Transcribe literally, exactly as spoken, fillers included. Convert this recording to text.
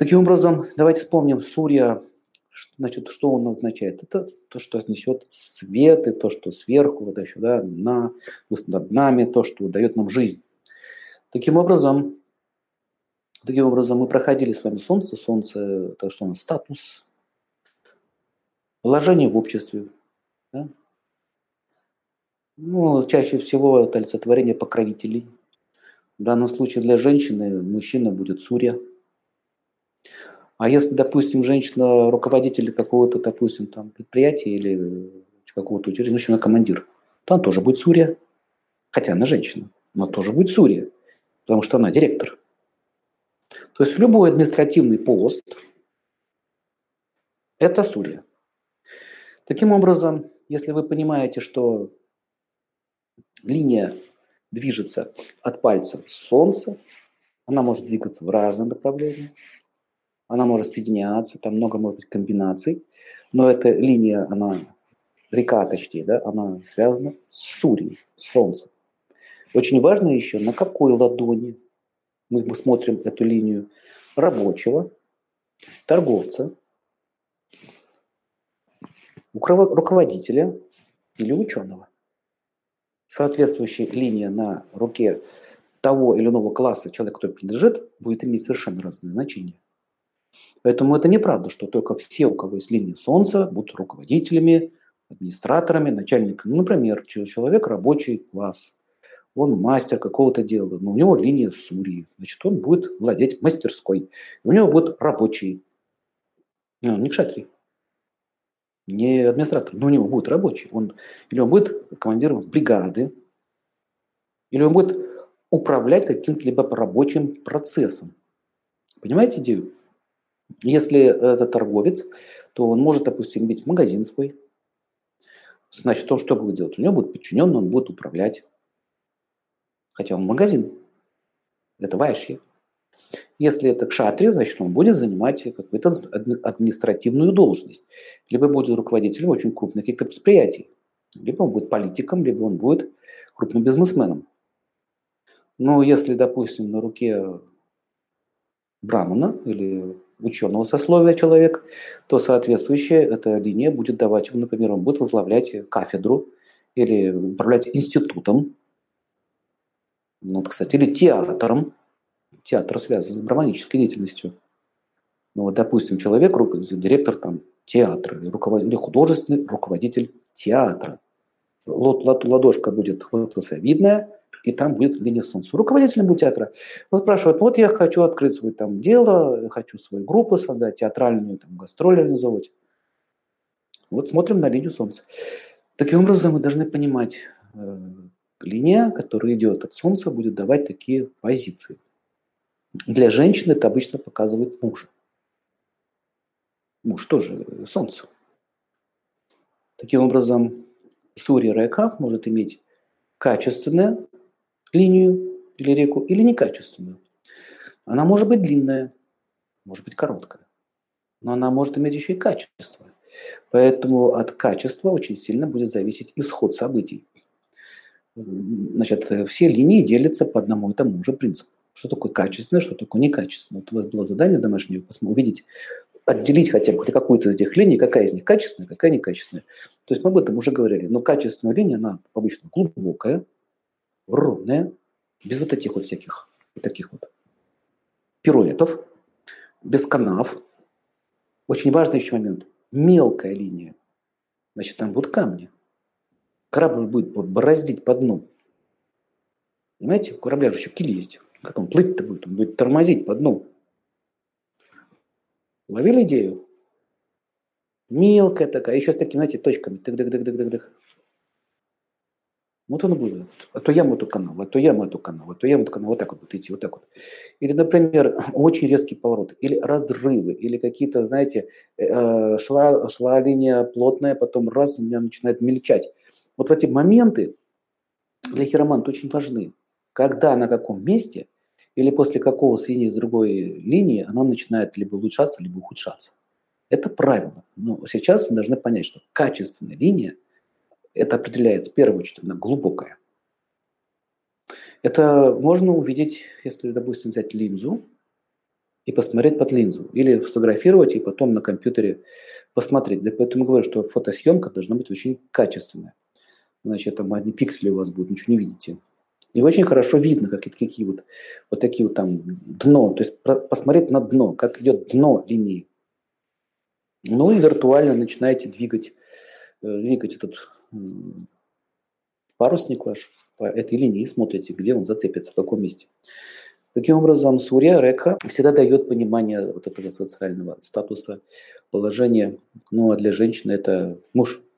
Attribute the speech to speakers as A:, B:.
A: Таким образом, давайте вспомним Сурья. Значит, что он означает? Это то, что несет свет, и то, что сверху, вот сюда, на, над нами, то, что дает нам жизнь. Таким образом, таким образом, мы проходили с вами Солнце. Солнце, то, что у нас статус, положение в обществе. Да? Ну, чаще всего это олицетворение покровителей. В данном случае для женщины мужчина будет Сурья. А если, допустим, женщина руководитель какого-то, допустим, там, предприятия или какого-то учреждения, мужчина командир, то она тоже будет Сурья. Хотя она женщина, но тоже будет Сурья, потому что она директор. То есть любой административный пост – это Сурья. Таким образом, если вы понимаете, что линия движется от пальца к Солнцу, она может двигаться в разные направления, она может соединяться, там много может быть комбинаций, но эта линия, она, река точнее, да, она связана с Сурьей, с Солнцем. Очень важно еще, на какой ладони мы, мы смотрим эту линию рабочего, торговца, руководителя или ученого. Соответствующая линия на руке того или иного класса человека, который принадлежит, будет иметь совершенно разные значения. Поэтому это неправда, что только все, у кого есть линия Солнца, будут руководителями, администраторами, начальниками. Ну, например, человек рабочий класс, он мастер какого-то дела, но у него линия Сурьи, значит, он будет владеть мастерской. У него будут рабочие, ну, не кшатрий, не администратор, но у него будет рабочий. Он, или он будет командиром бригады, или он будет управлять каким-либо рабочим процессом. Понимаете идею? Если это торговец, то он может, допустим, иметь магазин свой. Значит, он что будет делать? У него будет подчиненный, он будет управлять. Хотя он магазин. Это вайшья. Если это кшатри, значит, он будет занимать какую-то административную должность. Либо будет руководителем очень крупных каких-то предприятий. Либо он будет политиком, либо он будет крупным бизнесменом. Но если, допустим, на руке брамана или ученого сословия человек, то соответствующая эта линия будет давать ему, например, он будет возглавлять кафедру или управлять институтом, ну, вот, кстати, или театром. Театр связан с браманической деятельностью. Ну, вот, допустим, человек, директор там, театра, или художественный руководитель театра. Ладошка будет хлопкосовидная, и там будет линия Солнца. Руководителем будет театра. Он спрашивает, вот я хочу открыть свое там дело, хочу свою группу создать, театральную, там, гастроли организовывать. Вот смотрим на линию Солнца. Таким образом, мы должны понимать, э, линия, которая идет от Солнца, будет давать такие позиции. Для женщины это обычно показывает мужа. Муж тоже Солнце. Таким образом, Сурья Река может иметь качественную линию или реку, или некачественную. Она может быть длинная, может быть короткая, но она может иметь еще и качество. Поэтому от качества очень сильно будет зависеть исход событий. Значит, все линии делятся по одному и тому же принципу. Что такое качественное, что такое некачественное. Вот у вас было задание домашнее, увидеть, отделить хотя бы какую-то из этих линий, какая из них качественная, какая некачественная. То есть мы об этом уже говорили. Но качественная линия, она обычно глубокая, ровная, без вот этих вот всяких вот таких вот пируэтов, без канав. Очень важный еще момент. Мелкая линия. Значит, там будут камни. Корабль будет бороздить по дну. Понимаете, у корабля же еще киль есть. Как он плыть-то будет? Он будет тормозить по дну. Ловили идею? Мелкая такая, еще с такими, знаете, точками. Тык-дык-дык-дык-дык. Вот он будет. А то яму эту канал, а то яму эту канал, а то яму эту канал. Вот так вот будет идти, вот так вот. Или, например, очень резкий поворот, или разрывы, или какие-то, знаете, шла, шла линия плотная, потом раз, у меня начинает мельчать. Вот эти моменты для хироманта очень важны. Когда, на каком месте, или после какого соединения с другой линии она начинает либо улучшаться, либо ухудшаться. Это правило. Но сейчас мы должны понять, что качественная линия, это определяется в первую очередь, она глубокая. Это можно увидеть, если, допустим, взять линзу и посмотреть под линзу. Или сфотографировать и потом на компьютере посмотреть. Да, поэтому говорю, что фотосъемка должна быть очень качественная. Значит, там одни пиксели у вас будут, ничего не видите. И очень хорошо видно, как, какие вот, вот такие вот там дно. То есть посмотреть на дно, как идет дно линии. Ну и виртуально начинаете двигать, двигать этот парусник ваш по этой линии, смотрите, где он зацепится, в каком месте. Таким образом, Сурья Рекха всегда дает понимание вот этого социального статуса, положения. Ну, а для женщины это муж.